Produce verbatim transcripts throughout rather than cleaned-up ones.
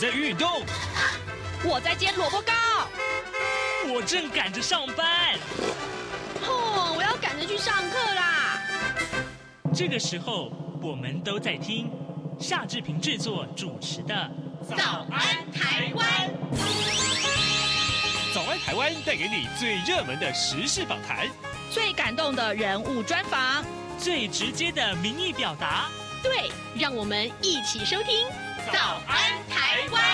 在运动， 我在煎萝卜糕， 我正赶着上班。 哦，我要赶着去上课啦。 这个时候，我们都在听夏志平制作主持的《 早安台湾》。 早安台湾带给你最热门的时事访谈， 最感动的人物专访， 最直接的民意表达。 对，让我们一起收听《早安台湾》。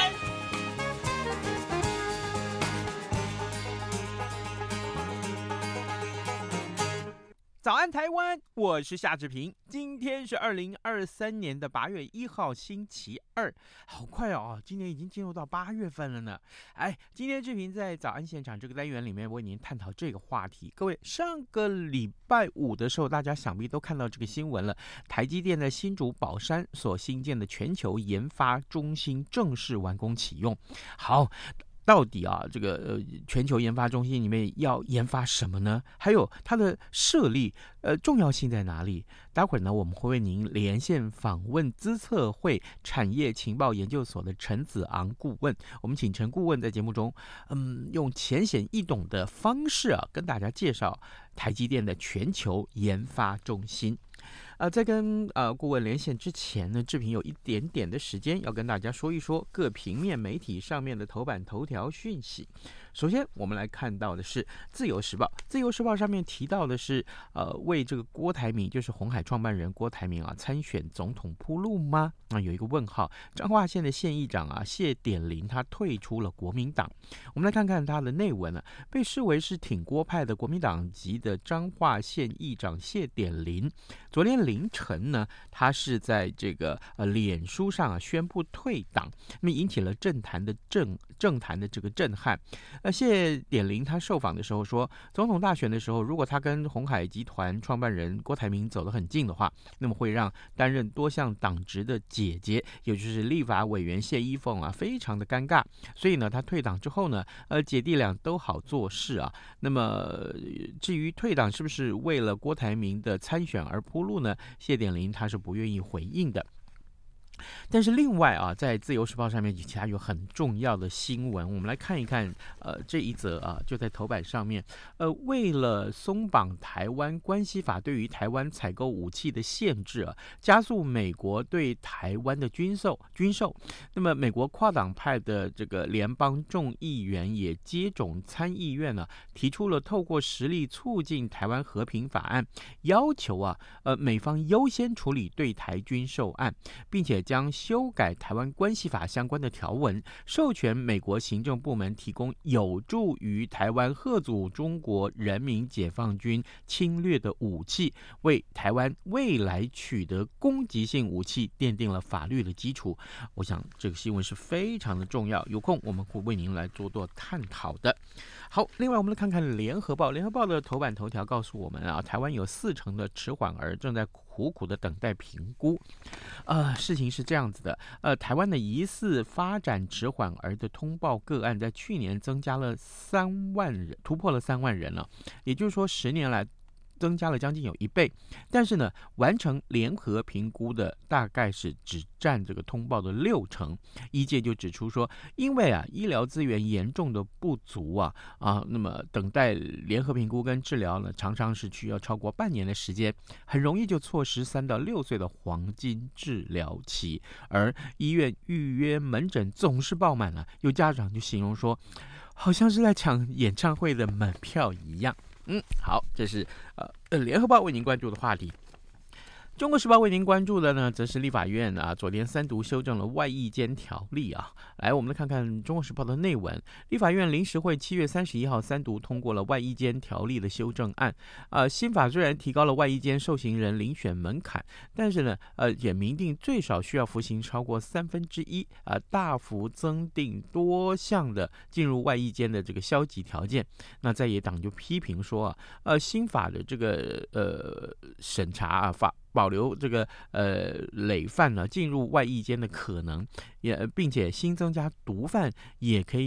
早安台湾，我是夏志平。今天是二零二三年的八月一号，星期二，好快哦！今年已经进入到八月份了呢。哎，今天志平在早安现场这个单元里面为您探讨这个话题。各位，上个礼拜五的时候，大家想必都看到这个新闻了，台积电在新竹宝山所新建的全球研发中心正式完工启用。好。到底啊，这个呃全球研发中心里面要研发什么呢？还有它的设立，呃重要性在哪里？待会儿呢，我们会为您连线访问资策会产业情报研究所的陈子昂顾问。我们请陈顾问在节目中，嗯，用浅显易懂的方式啊，跟大家介绍台积电的全球研发中心。呃，在跟呃顾问连线之前呢，志平有一点点的时间要跟大家说一说各平面媒体上面的头版头条讯息。首先，我们来看到的是《自由时报》，《自由时报》上面提到的是，呃，为这个郭台铭，就是鸿海创办人郭台铭啊，参选总统铺路吗？啊，有一个问号。彰化县的县议长啊，谢典林他退出了国民党。我们来看看他的内文啊，被视为是挺郭派的国民党籍的彰化县议长谢典林，昨天凌晨呢，他是在这个呃脸书上啊宣布退党，那么引起了政坛的政政坛的这个震撼。呃，谢典林他受访的时候说，总统大选的时候，如果他跟鸿海集团创办人郭台铭走得很近的话，那么会让担任多项党职的姐姐，也就是立法委员谢依凤啊，非常的尴尬。所以呢，他退党之后呢，呃，姐弟俩都好做事啊。那么至于退党是不是为了郭台铭的参选而铺路呢？谢典林他是不愿意回应的。但是另外啊，在自由时报上面其他有很重要的新闻，我们来看一看。呃，这一则啊，就在头版上面。呃，为了松绑台湾关系法对于台湾采购武器的限制啊，加速美国对台湾的军售军售。那么，美国跨党派的这个联邦众议员也接种参议院呢、啊，提出了透过实力促进台湾和平法案，要求啊，呃，美方优先处理对台军售案，并且将修改台湾关系法相关的条文，授权美国行政部门提供有助于台湾吓阻中国人民解放军侵略的武器，为台湾未来取得攻击性武器奠定了法律的基础。我想这个新闻是非常的重要，有空我们会为您来多多探讨的。好，另外我们来看看联合报，联合报的头版头条告诉我们啊，台湾有四成的迟缓儿正在苦苦的等待评估。呃，事情是这样子的，呃，台湾的疑似发展迟缓儿的通报个案，在去年增加了三万人，突破了三万人了。也就是说，十年来增加了将近有一倍，但是呢，完成联合评估的大概是只占这个通报的六成。医界就指出说，因为啊医疗资源严重的不足啊啊，那么等待联合评估跟治疗呢，常常是需要超过半年的时间，很容易就错失三到六岁的黄金治疗期，而医院预约门诊总是爆满了、啊，有家长就形容说，好像是在抢演唱会的门票一样。嗯，好，这是呃联合报为您关注的话题。中国时报为您关注的呢，则是立法院啊，昨天三读修正了外役监条例啊。来，我们来看看中国时报的内文。立法院临时会七月三十一号三读通过了外役监条例的修正案。呃，新法虽然提高了外役监受刑人遴选门槛，但是呢，呃，也明定最少需要服刑超过三分之一啊，大幅增订多项的进入外役监的这个消极条件。那在野党就批评说啊，呃，新法的这个呃审查啊法。保留这个呃累犯呢进入外役监的可能，也并且新增加毒贩也可以有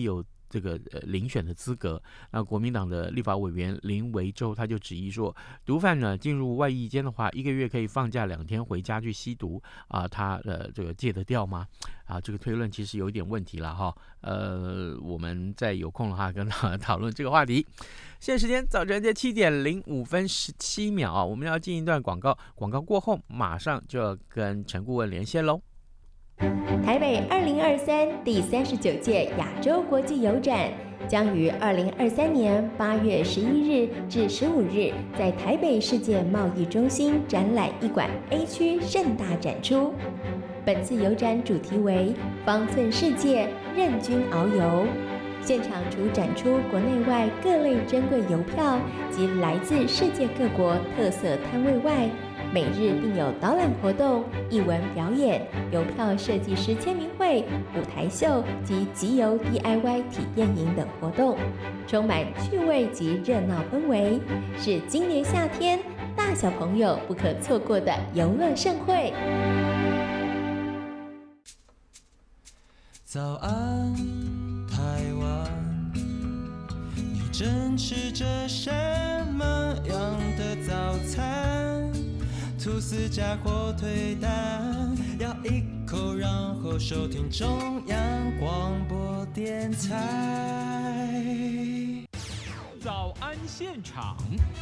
这个呃遴选的资格。那国民党的立法委员林维洲他就质疑说，毒贩呢进入外役监的话，一个月可以放假两天回家去吸毒啊，他呃这个戒得掉吗？啊，这个推论其实有一点问题了哈。呃，我们再有空的话跟他讨论这个话题。现在时间早晨的七点零五分十七秒啊，我们要进一段广告，广告过后马上就要跟陈顾问连线喽。 台北二零二三第三十九届亚洲国际邮展将于二零二三年八月十一日至十五日在台北世界贸易中心展览一馆 A 区盛大展出。本次邮展主题为方寸世界，任君遨游。现场除展出国内外各类珍贵邮票及来自世界各国特色摊位外，每日并有导览活动、艺文表演、邮票设计师签名会、舞台秀及集邮 D I Y 体验营等活动，充满趣味及热闹氛围，是今年夏天大小朋友不可错过的游乐盛会。 早安，台湾，你正吃着什么样的早餐？吐司加火腿蛋，咬一口，然后收听中央广播电台。 早安现场。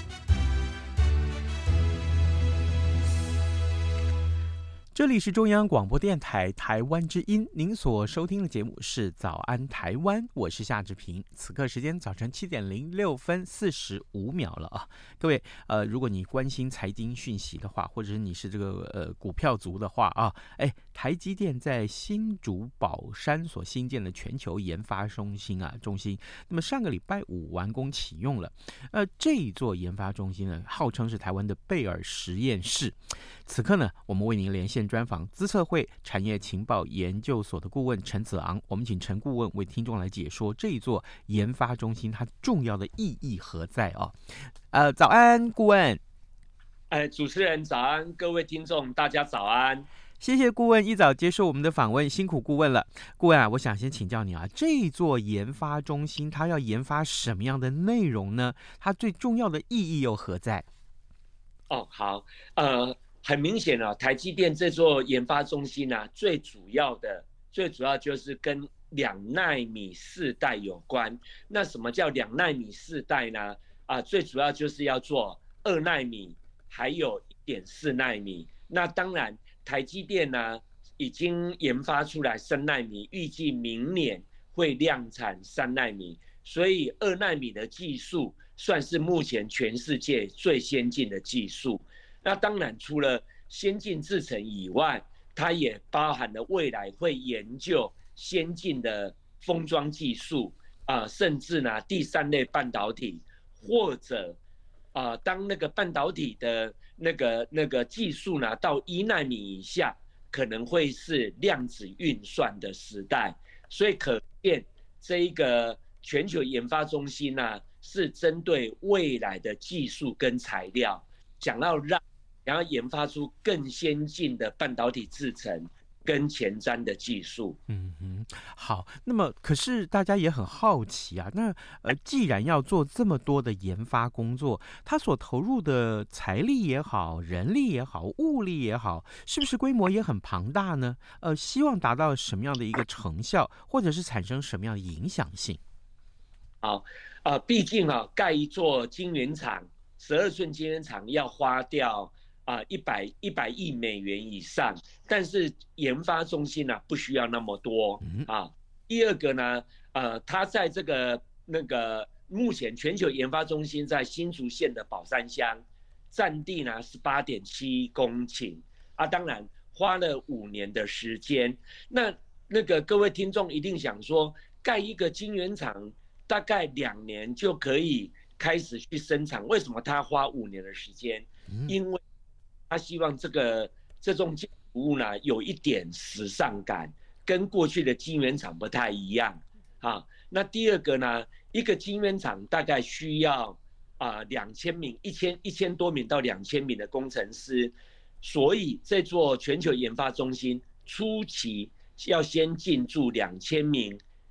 这里是中央广播电台台湾之音，您所收听的节目是早安台湾，我是夏志平。此刻时间早晨七点零六分四十五秒了啊，各位呃，如果你关心财经讯息的话，或者是你是这个呃股票族的话啊，哎，台积电在新竹宝山所新建的全球研发中心啊中心，那么上个礼拜五完工启用了。呃，这一座研发中心呢，号称是台湾的贝尔实验室。此刻呢，我们为您连线专访资策会产业情报研究所的顾问陈子昂，我们请陈顾问为听众来解说这一座研发中心它重要的意义何在啊？呃，早安，顾问。 呃，主持人早安，各位听众大家早安。 谢谢顾问一早接受我们的访问，辛苦顾问了。顾问啊，我想先请教你啊，这一座研发中心它要研发什么样的内容呢？它最重要的意义又何在？ 哦，好，呃。很明显啊，台积电这座研发中心啊，最主要的、最主要就是跟两奈米世代有关。那什么叫两奈米世代呢？啊，最主要就是要做二奈米，还有一点四奈米。那当然，台积电呢已经研发出来三奈米，预计明年会量产三奈米，所以二奈米的技术算是目前全世界最先进的技术。那当然，除了先进制程以外，它也包含了未来会研究先进的封装技术啊、呃，甚至呢第三类半导体，或者啊、呃，当那个半导体的那个那个技术呢到一奈米以下，可能会是量子运算的时代。所以可见这一个全球研发中心呢，是针对未来的技术跟材料，想要让想要研发出更先进的半导体制程跟前瞻的技术。 嗯哼，好。那么，可是大家也很好奇啊，那呃，既然要做这么多的研发工作，它所投入的财力也好、人力也好、物力也好，是不是规模也很庞大呢？呃，希望达到什么样的一个成效，或者是产生什么样的影响性？ 好，呃，毕竟啊，盖一座晶圆厂，十二寸晶圆厂要花掉。啊，一百一百亿美元以上，但是研发中心呢、啊、不需要那么多啊。第二个呢，呃，它在这个那个目前全球研发中心在新竹县的宝山乡，占地呢十八点七公顷啊，当然花了五年的时间。那那个各位听众一定想说，盖一个晶圆厂大概两年就可以开始去生产，为什么他花五年的时间？因为他希望这个这种服务呢有一点时尚感，跟过去的晶圆厂不太一样啊。那第二个呢，一个晶圆厂大概需要啊两千名，一千一千多名到两千名的工程师，所以这座全球研发中心初期要先进驻两千名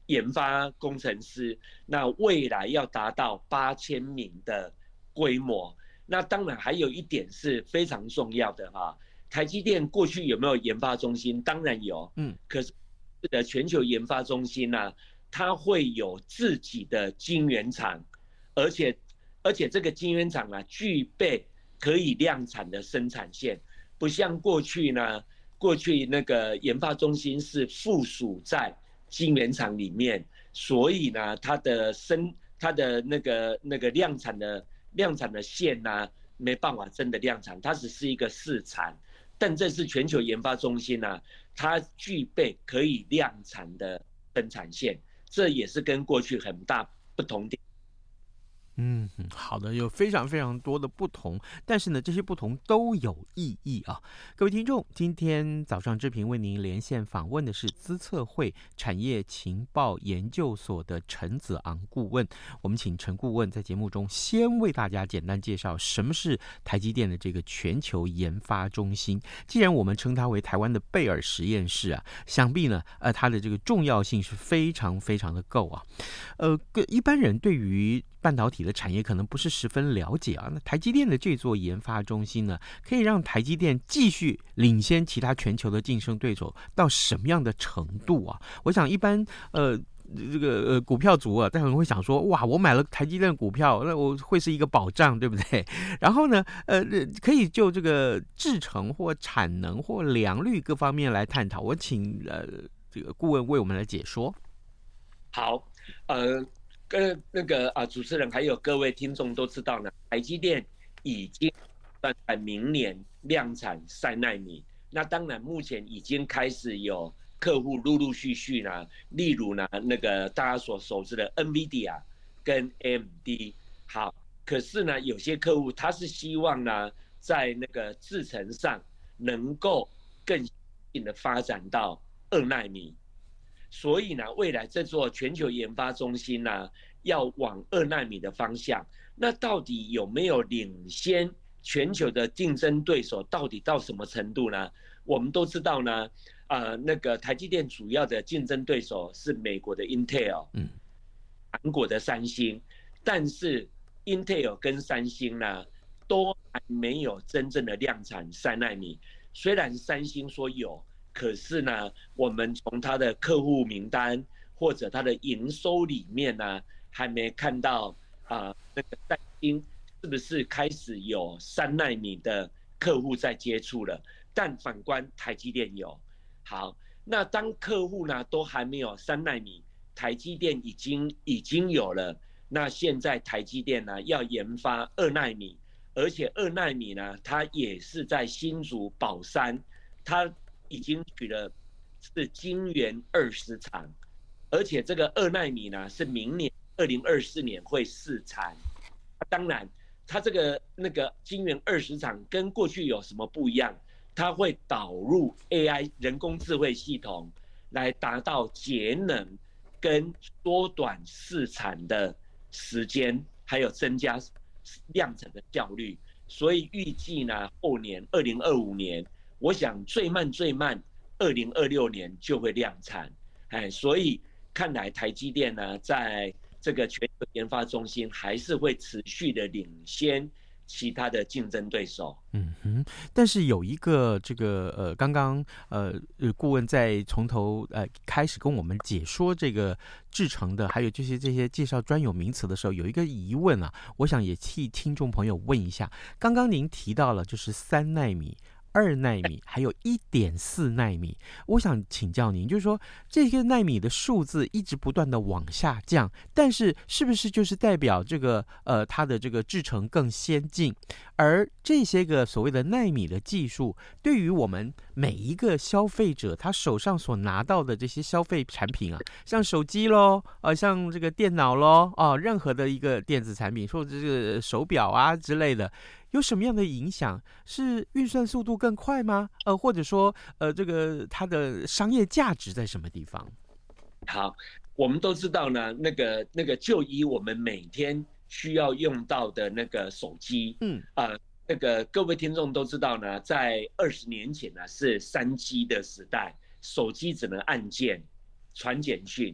研发工程师，那未来要达到八千名的规模。那当然还有一点是非常重要的哈，台积电过去有没有研发中心？当然有，嗯，可是的全球研发中心呢、啊，它会有自己的晶圆厂，而且而且这个晶圆厂啊，具备可以量产的生产线，不像过去呢，过去那个研发中心是附属在晶圆厂里面，所以呢，它的生它的那个那个量产的量产的线呢、啊，没办法真的量产，它只是一个试产。但这是全球研发中心啊，它具备可以量产的生产线，这也是跟过去很大不同点。 嗯，好的，有非常非常多的不同，但是呢，这些不同都有意义啊。各位听众，今天早上志平为您连线访问的是资策会产业情报研究所的陈子昂顾问。我们请陈顾问在节目中先为大家简单介绍什么是台积电的这个全球研发中心。既然我们称它为台湾的贝尔实验室啊，想必呢，呃，它的这个重要性是非常非常的够啊。呃，一般人对于半导体的产业可能不是十分了解啊，那台积电的这座研发中心呢，可以让台积电继续领先其他全球的竞争对手到什么样的程度啊？我想一般呃这个呃股票族啊，他可能会想说，哇，我买了台积电的股票，那我会是一个保障，对不对？然后呢，呃，可以就这个制程或产能或良率各方面来探讨。我请呃这个顾问为我们来解说。 好，呃。跟那个啊，主持人还有各位听众都知道呢，台积电已经在明年量产三奈米。那当然，目前已经开始有客户陆陆续续呢，例如呢，那个大家所熟知的 N V I D I A 跟 A M D。好，可是呢，有些客户他是希望呢，在那个制程上能够更进的发展到二奈米。所以呢，未来这座全球研发中心呢，要往二奈米的方向。那到底有没有领先全球的竞争对手？到底到什么程度呢？我们都知道呢，呃，那个台积电主要的竞争对手是美国的 Intel， 嗯，韩国的三星，但是 Intel 跟三星呢，都还没有真正的量产三奈米。虽然三星说有。可是呢，我们从他的客户名单或者他的营收里面呢，还没看到啊、呃，那个三星是不是开始有三奈米的客户在接触了？但反观台积电有。好，那当客户呢都还没有三奈米，台积电已经已经有了。那现在台积电呢要研发二奈米，而且二奈米呢，它也是在新竹宝山，它已经取了是晶圆二十厂，而且这个二奈米呢是明年二零二四年会试产。当然，它这个那个晶圆二十厂跟过去有什么不一样？它会导入 A I 人工智慧系统，来达到节能跟缩短试产的时间，还有增加量产的效率。所以预计呢，后年二零二五年。我想最慢最慢，二零二六年就会量产，哎，所以看来台积电呢，在这个全球研发中心还是会持续的领先其他的竞争对手。 嗯哼，但是有一个这个呃，刚刚呃顾问在从头呃开始跟我们解说这个制程的，还有这些这些介绍专有名词的时候，有一个疑问啊，我想也替听众朋友问一下。刚刚您提到了就是三奈米。二奈米还有一点四奈米，我想请教您，就是说这个奈米的数字一直不断的往下降，但是是不是就是代表这个呃它的这个制程更先进？而这些个所谓的奈米的技术，对于我们每一个消费者他手上所拿到的这些消费产品啊，像手机咯，呃，像这个电脑咯，哦、呃，任何的一个电子产品，或者这个手表啊之类的。有什么样的影响？是运算速度更快吗？呃，或者说，呃，这个它的商业价值在什么地方？ 好，我们都知道呢，那个那个就以我们每天需要用到的那个手机，嗯，啊、呃，那个各位听众都知道呢，在二十年前呢是三 G 的时代，手机只能按键传简讯。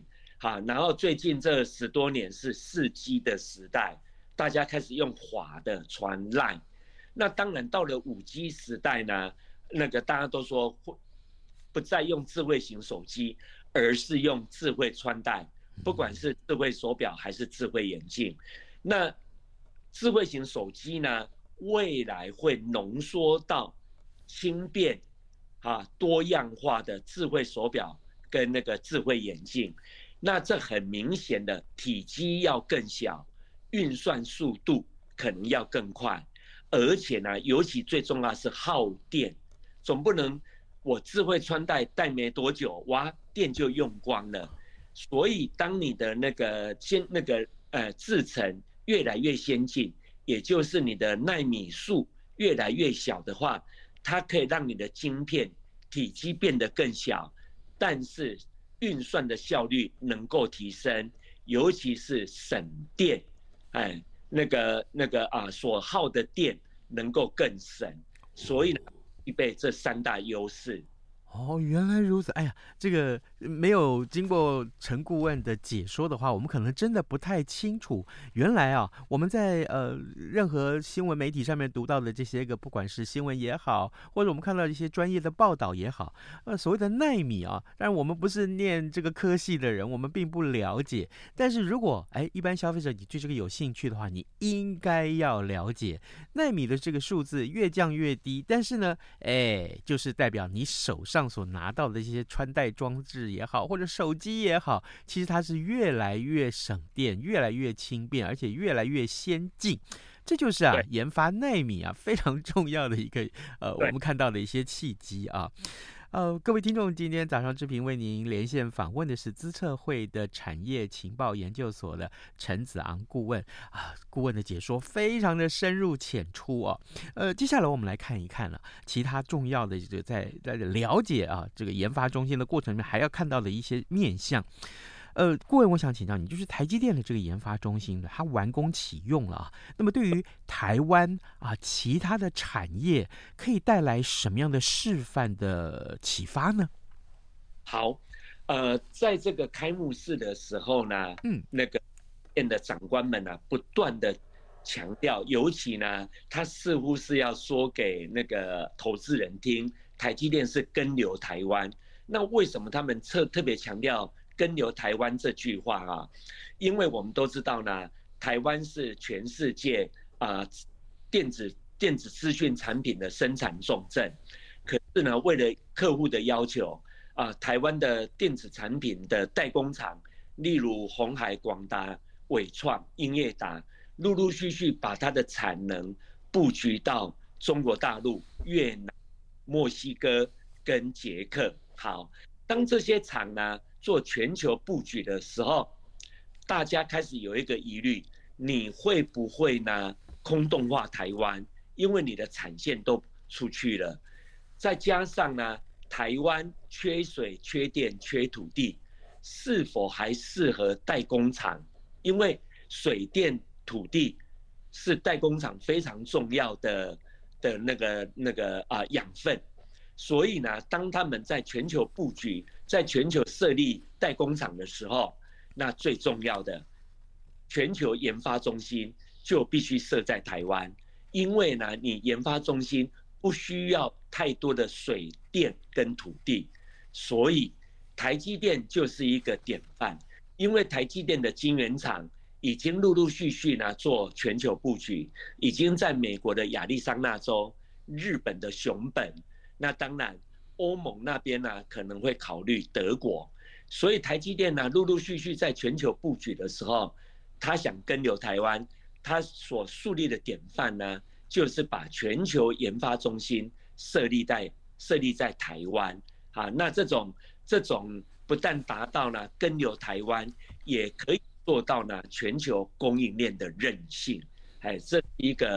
好，然后最近这十多年是四 G 的时代，大家开始用滑的传 LINE。那当然到了五 G 时代呢，那个大家都说不再用智慧型手机，而是用智慧穿戴，不管是智慧手表还是智慧眼镜。那智慧型手机呢，未来会浓缩到轻便、啊多样化的智慧手表跟那个智慧眼镜。那这很明显的体积要更小，运算速度可能要更快，而且呢，尤其最重要是耗电，总不能我智慧穿戴戴没多久，哇，电就用光了。所以当你的那个先那个呃制程越来越先进，也就是你的奈米数越来越小的话，它可以让你的晶片体积变得更小，但是运算的效率能够提升，尤其是省电，哎，那个那个啊，所耗的电能够更省，所以呢，具备这三大优势。 哦，原来如此。哎呀，这个没有经过陈顾问的解说的话，我们可能真的不太清楚。原来啊，我们在呃任何新闻媒体上面读到的这些个，不管是新闻也好，或者我们看到一些专业的报道也好，呃，所谓的奈米啊，当然我们不是念这个科系的人，我们并不了解。但是如果哎一般消费者你对这个有兴趣的话，你应该要了解奈米的这个数字越降越低，但是呢，哎，就是代表你手上所拿到的这些穿戴装置也好，或者手机也好，其实它是越来越省电，越来越轻便，而且越来越先进。这就是啊，研发奈米啊非常重要的一个呃，我们看到的一些契机啊。呃，各位听众，今天早上之平为您连线访问的是资策会的产业情报研究所的陈子昂顾问啊，顾问的解说非常的深入浅出哦。呃，接下来我们来看一看了、啊、其他重要的这个在在了解啊这个研发中心的过程里面还要看到的一些面向。呃，顾问，我想请教你，就是台积电的这个研发中心的，它完工启用了啊。那么对于台湾啊，其他的产业可以带来什么样的示范的启发呢？ 好，呃，在这个开幕式的时候呢，嗯，那个店的长官们呢、啊，不断的强调，尤其呢，他似乎是要说给那个投资人听，台积电是跟留台湾。那为什么他们特特别强调跟留台湾这句话啊？因为我们都知道呢，台湾是全世界啊、呃、电子电子资讯产品的生产重镇，可是呢，为了客户的要求啊、呃，台湾的电子产品的代工厂，例如鸿海、广达、伟创、英业达，陆陆续续把它的产能布局到中国大陆、越南、墨西哥跟捷克。好，当这些厂呢做全球布局的时候，大家开始有一个疑虑，你会不会呢空洞化台湾？因为你的产线都出去了，再加上呢台湾缺水、缺电、缺土地，是否还适合代工厂？因为水电、土地是代工厂非常重要的的那个那个啊、呃、养分。所以呢，当他们在全球布局、在全球设立代工厂的时候，那最重要的全球研发中心就必须设在台湾，因为呢，你研发中心不需要太多的水电跟土地，所以台积电就是一个典范。因为台积电的晶圆厂已经陆陆续续呢做全球布局，已经在美国的亚利桑那州、日本的熊本。那当然，欧盟那边呢可能会考虑德国，所以台积电呢陆陆续续在全球布局的时候，他想跟留台湾，他所树立的典范呢，就是把全球研发中心设立在设立在台湾啊。那这种这种不但达到呢跟留台湾，也可以做到呢全球供应链的韧性，哎，这是一个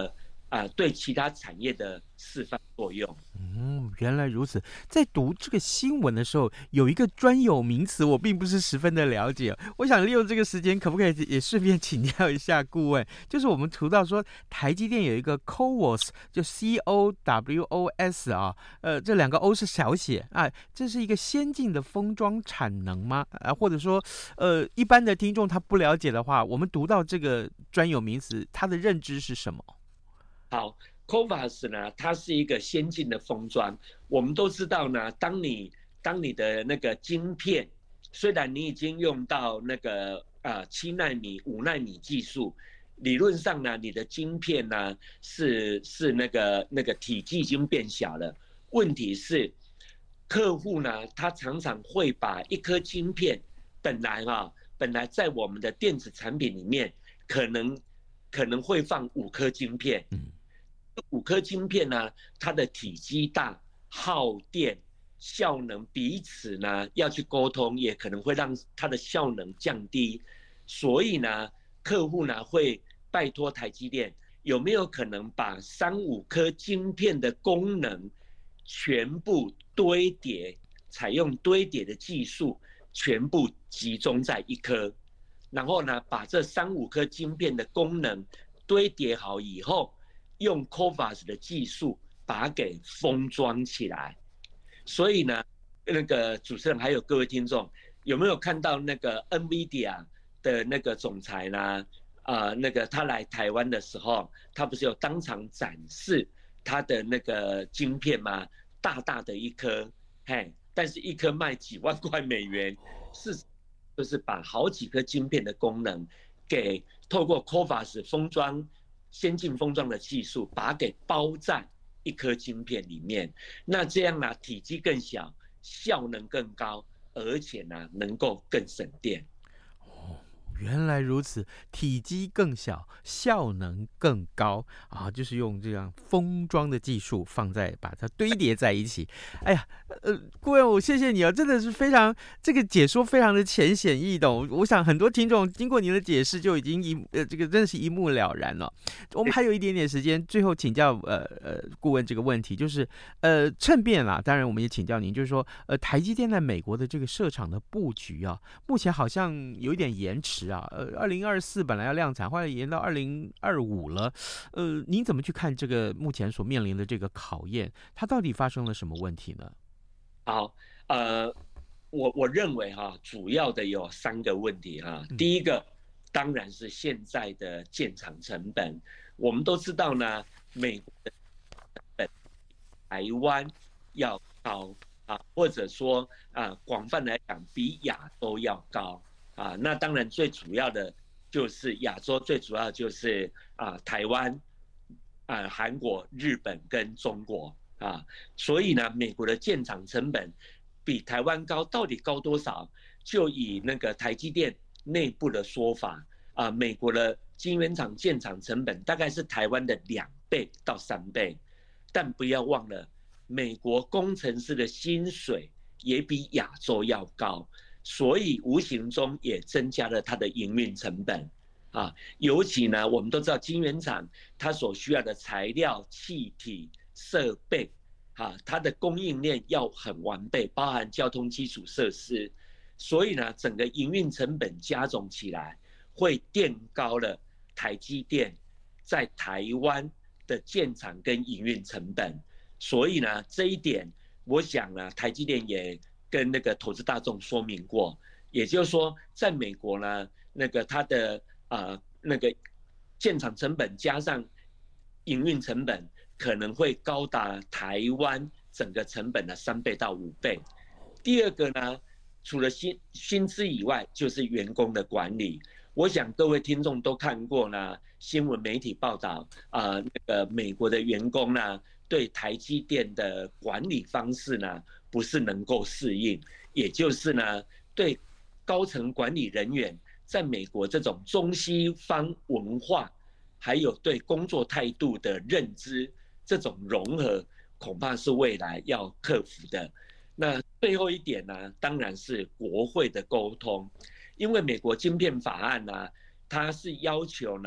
啊、呃、对其他产业的示范作用。 嗯，原来如此。在读这个新闻的时候，有一个专有名词，我并不是十分的了解。我想利用这个时间，可不可以也顺便请教一下顾问？就是我们读到说，台积电有一个 C O W O S， 就 C O W O S 啊，呃，这两个 O 是小写啊，这是一个先进的封装产能吗？啊，或者说，呃，一般的听众他不了解的话，我们读到这个专有名词，他的认知是什么？ 好。C O V A S 呢，它是一个先进的封装。我们都知道呢，当你当你的那个晶片，虽然你已经用到那个呃七奈米、五奈米技术，理论上呢，你的晶片呢是是那个那个体积已经变小了。问题是，客户呢，他常常会把一颗晶片，本来啊，本来在我们的电子产品里面，可能可能会放五颗晶片。嗯。五颗晶片呢，它的体积大、耗电、效能彼此呢要去沟通，也可能会让它的效能降低。所以呢，客户呢会拜托台积电，有没有可能把三五颗晶片的功能全部堆叠，采用堆叠的技术，全部集中在一颗，然后呢，把这三五颗晶片的功能堆叠好以后，用 C O V A S 的技术把它给封装起来。所以呢，那个主持人还有各位听众，有没有看到那个 NVIDIA 的那个总裁呢？啊、呃，那个他来台湾的时候，他不是有当场展示他的那个晶片吗？大大的一颗，嘿，但是一颗卖几万块美元，是就是把好几颗晶片的功能给透过 C O V A S 封装。先进封装的技术，把它给包在一颗晶片里面，那这样呢，体积更小，效能更高，而且呢，能够更省电。 原来如此，体积更小，效能更高啊！就是用这样封装的技术放在，把它堆叠在一起。哎呀，呃，顾问，我谢谢你啊，真的是非常这个解说非常的浅显易懂。我想很多听众经过您的解释就已经一呃这个真的是一目了然了。我们还有一点点时间，最后请教呃呃顾问这个问题，就是呃趁便啦，当然我们也请教您，就是说呃台积电在美国的这个设厂的布局啊，目前好像有一点延迟。啊，呃，二零二四本来要量产，后来延到二零二五了。呃，您怎么去看这个目前所面临的这个考验？它到底发生了什么问题呢？ 好，呃，我我认为哈、啊，主要的有三个问题哈、啊。第一个，当然是现在的建厂成本。我们都知道呢，美国的成本台湾要高啊，或者说啊，广泛来讲比亚洲要高。啊，那当然最主要的就是亚洲，最主要就是啊台湾、啊韩国、日本跟中国啊，所以呢，美国的建厂成本比台湾高，到底高多少？就以那个台积电内部的说法啊，美国的晶圆厂建厂成本大概是台湾的两倍到三倍，但不要忘了，美国工程师的薪水也比亚洲要高。所以无形中也增加了它的营运成本啊，尤其呢，我们都知道晶圆厂它所需要的材料、气体、设备啊，它的供应链要很完备，包含交通基础设施，所以呢，整个营运成本加总起来，会垫高了台积电在台湾的建厂跟营运成本。所以呢，这一点，我想呢，台积电也跟那个投资大众说明过，也就是说，在美国呢，那个它的呃那个建厂成本加上营运成本可能会高达台湾整个成本的三倍到五倍。第二个呢，除了薪薪资以外，就是员工的管理。我想各位听众都看过呢，新闻媒体报道啊、呃，那个美国的员工呢，对台积电的管理方式呢，不是能够适应，也就是呢，对高层管理人员在美国这种中西方文化，还有对工作态度的认知，这种融合，恐怕是未来要克服的。那最后一点呢，当然是国会的沟通，因为美国晶片法案呢，它是要求呢，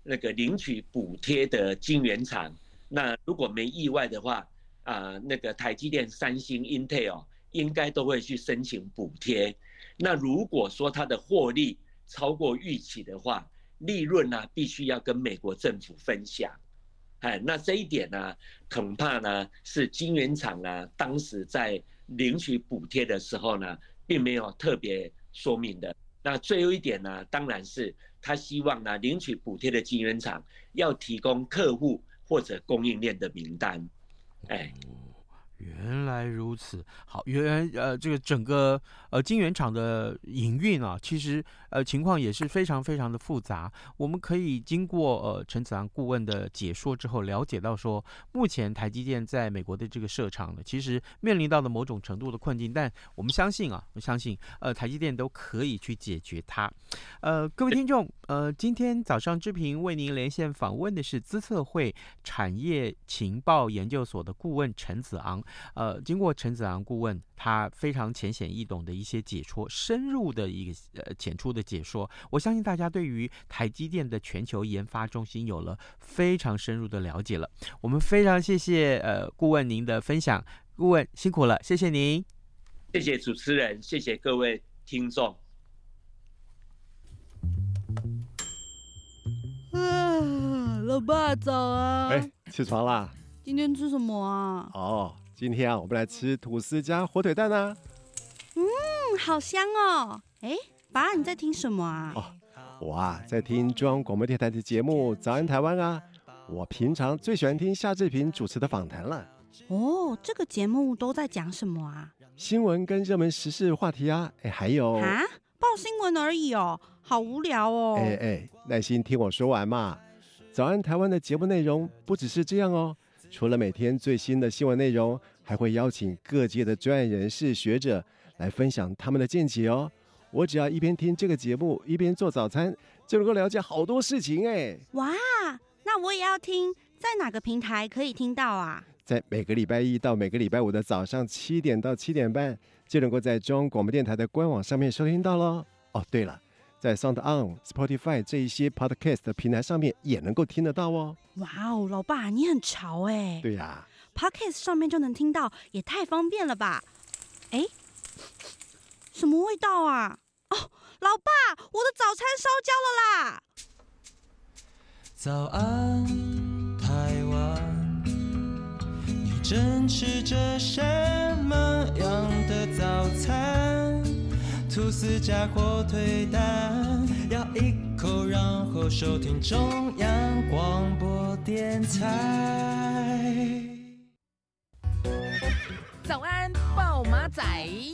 那个领取补贴的晶圆厂，那如果没意外的话，啊、呃，那个台积电、三星、Intel 应该都会去申请补贴。那如果说它的获利超过预期的话，利润呢、啊、必须要跟美国政府分享。哎，那这一点呢、啊，恐怕呢是晶圆厂啊当时在领取补贴的时候呢，并没有特别说明的。那最后一点呢，当然是他希望呢领取补贴的晶圆厂要提供客户或者供应链的名单。哎。 原来如此，好，原来呃，这个整个呃晶圆厂的营运啊，其实呃情况也是非常非常的复杂。我们可以经过呃陈子昂顾问的解说之后，了解到说，目前台积电在美国的这个设厂呢，其实面临到的某种程度的困境，但我们相信啊，我相信呃台积电都可以去解决它。呃，各位听众，呃，今天早上之平为您连线访问的是资策会产业情报研究所的顾问陈子昂。呃，经过陈子昂顾问他非常浅显易懂的一些解说，深入的一个呃浅出的解说，我相信大家对于台积电的全球研发中心有了非常深入的了解了。我们非常谢谢呃顾问您的分享，顾问辛苦了，谢谢您。 谢谢主持人，谢谢各位听众。 啊，老爸早啊！ 哎，起床啦！ 今天吃什么啊？ 哦，今天啊，我们来吃吐司加火腿蛋啊。 嗯，好香哦！哎，爸，你在听什么啊？ 哦，我啊在听中央广播电台的节目《早安台湾》啊。我平常最喜欢听夏志平主持的访谈了。 哦，这个节目都在讲什么啊？ 新闻跟热门时事话题啊，哎，还有啊，报新闻而已哦，好无聊哦。 哎哎，耐心听我说完嘛。早安台湾的节目内容不只是这样哦。除了每天最新的新闻内容，还会邀请各界的专业人士、学者来分享他们的见解哦。我只要一边听这个节目，一边做早餐，就能够了解好多事情哎。 哇，那我也要听，在哪个平台可以听到啊？ 在每个礼拜一到每个礼拜五的早上七点到七点半，就能够在中央广播电台的官网上面收听到咯。哦，对了，在 SoundOn、Spotify 这一些 Podcast 的平台上面也能够听得到哦。 哇哦，老爸你很潮哎！ 对呀、啊、 ，Podcast 上面就能听到，也太方便了吧？哎，什么味道啊？哦，老爸，我的早餐烧焦了啦！ 早安，台湾，你正吃着什么样的早餐？吐司加火腿蛋，咬一口，然后收听中央广播电台。 早安，暴马仔。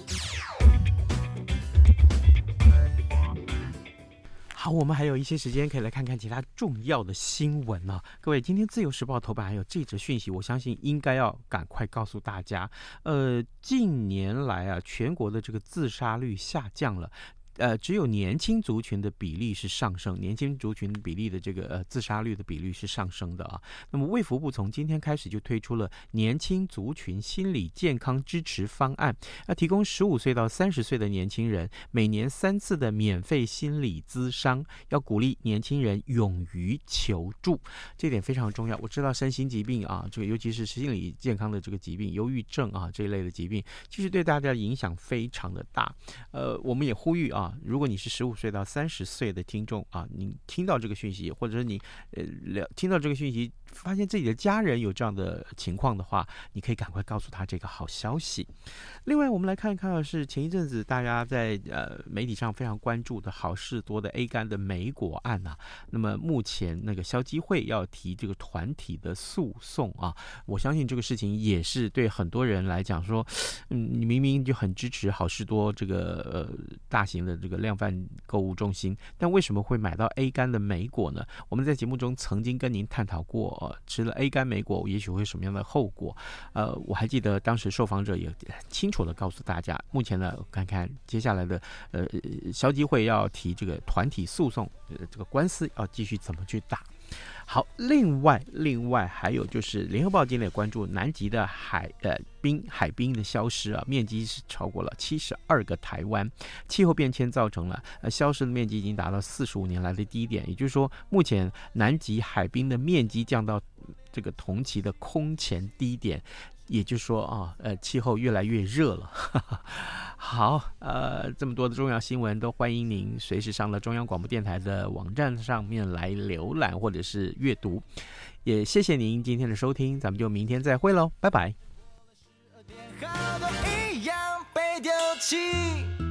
好，我们还有一些时间可以来看看其他重要的新闻啊。各位，今天自由时报头版还有这则讯息，我相信应该要赶快告诉大家。呃，近年来啊，全国的这个自杀率下降了。呃，只有年轻族群的比例是上升，年轻族群比例的这个呃自杀率的比率是上升的啊。那么卫福部从今天开始就推出了年轻族群心理健康支持方案，要提供十五岁到三十岁的年轻人每年三次的免费心理咨商，要鼓励年轻人勇于求助，这点非常重要。我知道身心疾病啊，这个尤其是心理健康的这个疾病，忧郁症啊这一类的疾病，其实对大家的影响非常的大。呃，我们也呼吁啊。啊，如果你是十五岁到三十岁的听众啊，你听到这个讯息，或者是你呃听到这个讯息，发现自己的家人有这样的情况的话，你可以赶快告诉他这个好消息。另外，我们来看一看的是前一阵子大家在呃媒体上非常关注的好事多的 A 肝的莓果案啊。那么目前那个消基会要提这个团体的诉讼啊，我相信这个事情也是对很多人来讲说，嗯，你明明就很支持好事多这个呃大型的这个量贩购物中心，但为什么会买到 A 肝的莓果呢？我们在节目中曾经跟您探讨过，呃、吃了 A 肝莓果也许会什么样的后果。呃，我还记得当时受访者也清楚的告诉大家，目前呢，看看接下来的呃消基会要提这个团体诉讼，呃，这个官司要继续怎么去打。 好，另外另外还有就是联合报今天也关注南极的海呃冰海冰的消失啊，面积是超过了七十二个台湾，气候变迁造成了呃消失的面积已经达到四十五年来的低点，也就是说目前南极海冰的面积降到这个同期的空前低点，也就是说啊，呃，气候越来越热了。好，呃，这么多的重要新闻，都欢迎您随时上了中央广播电台的网站上面来浏览或者是阅读。也谢谢您今天的收听，咱们就明天再会喽，拜拜。 一样被丢弃。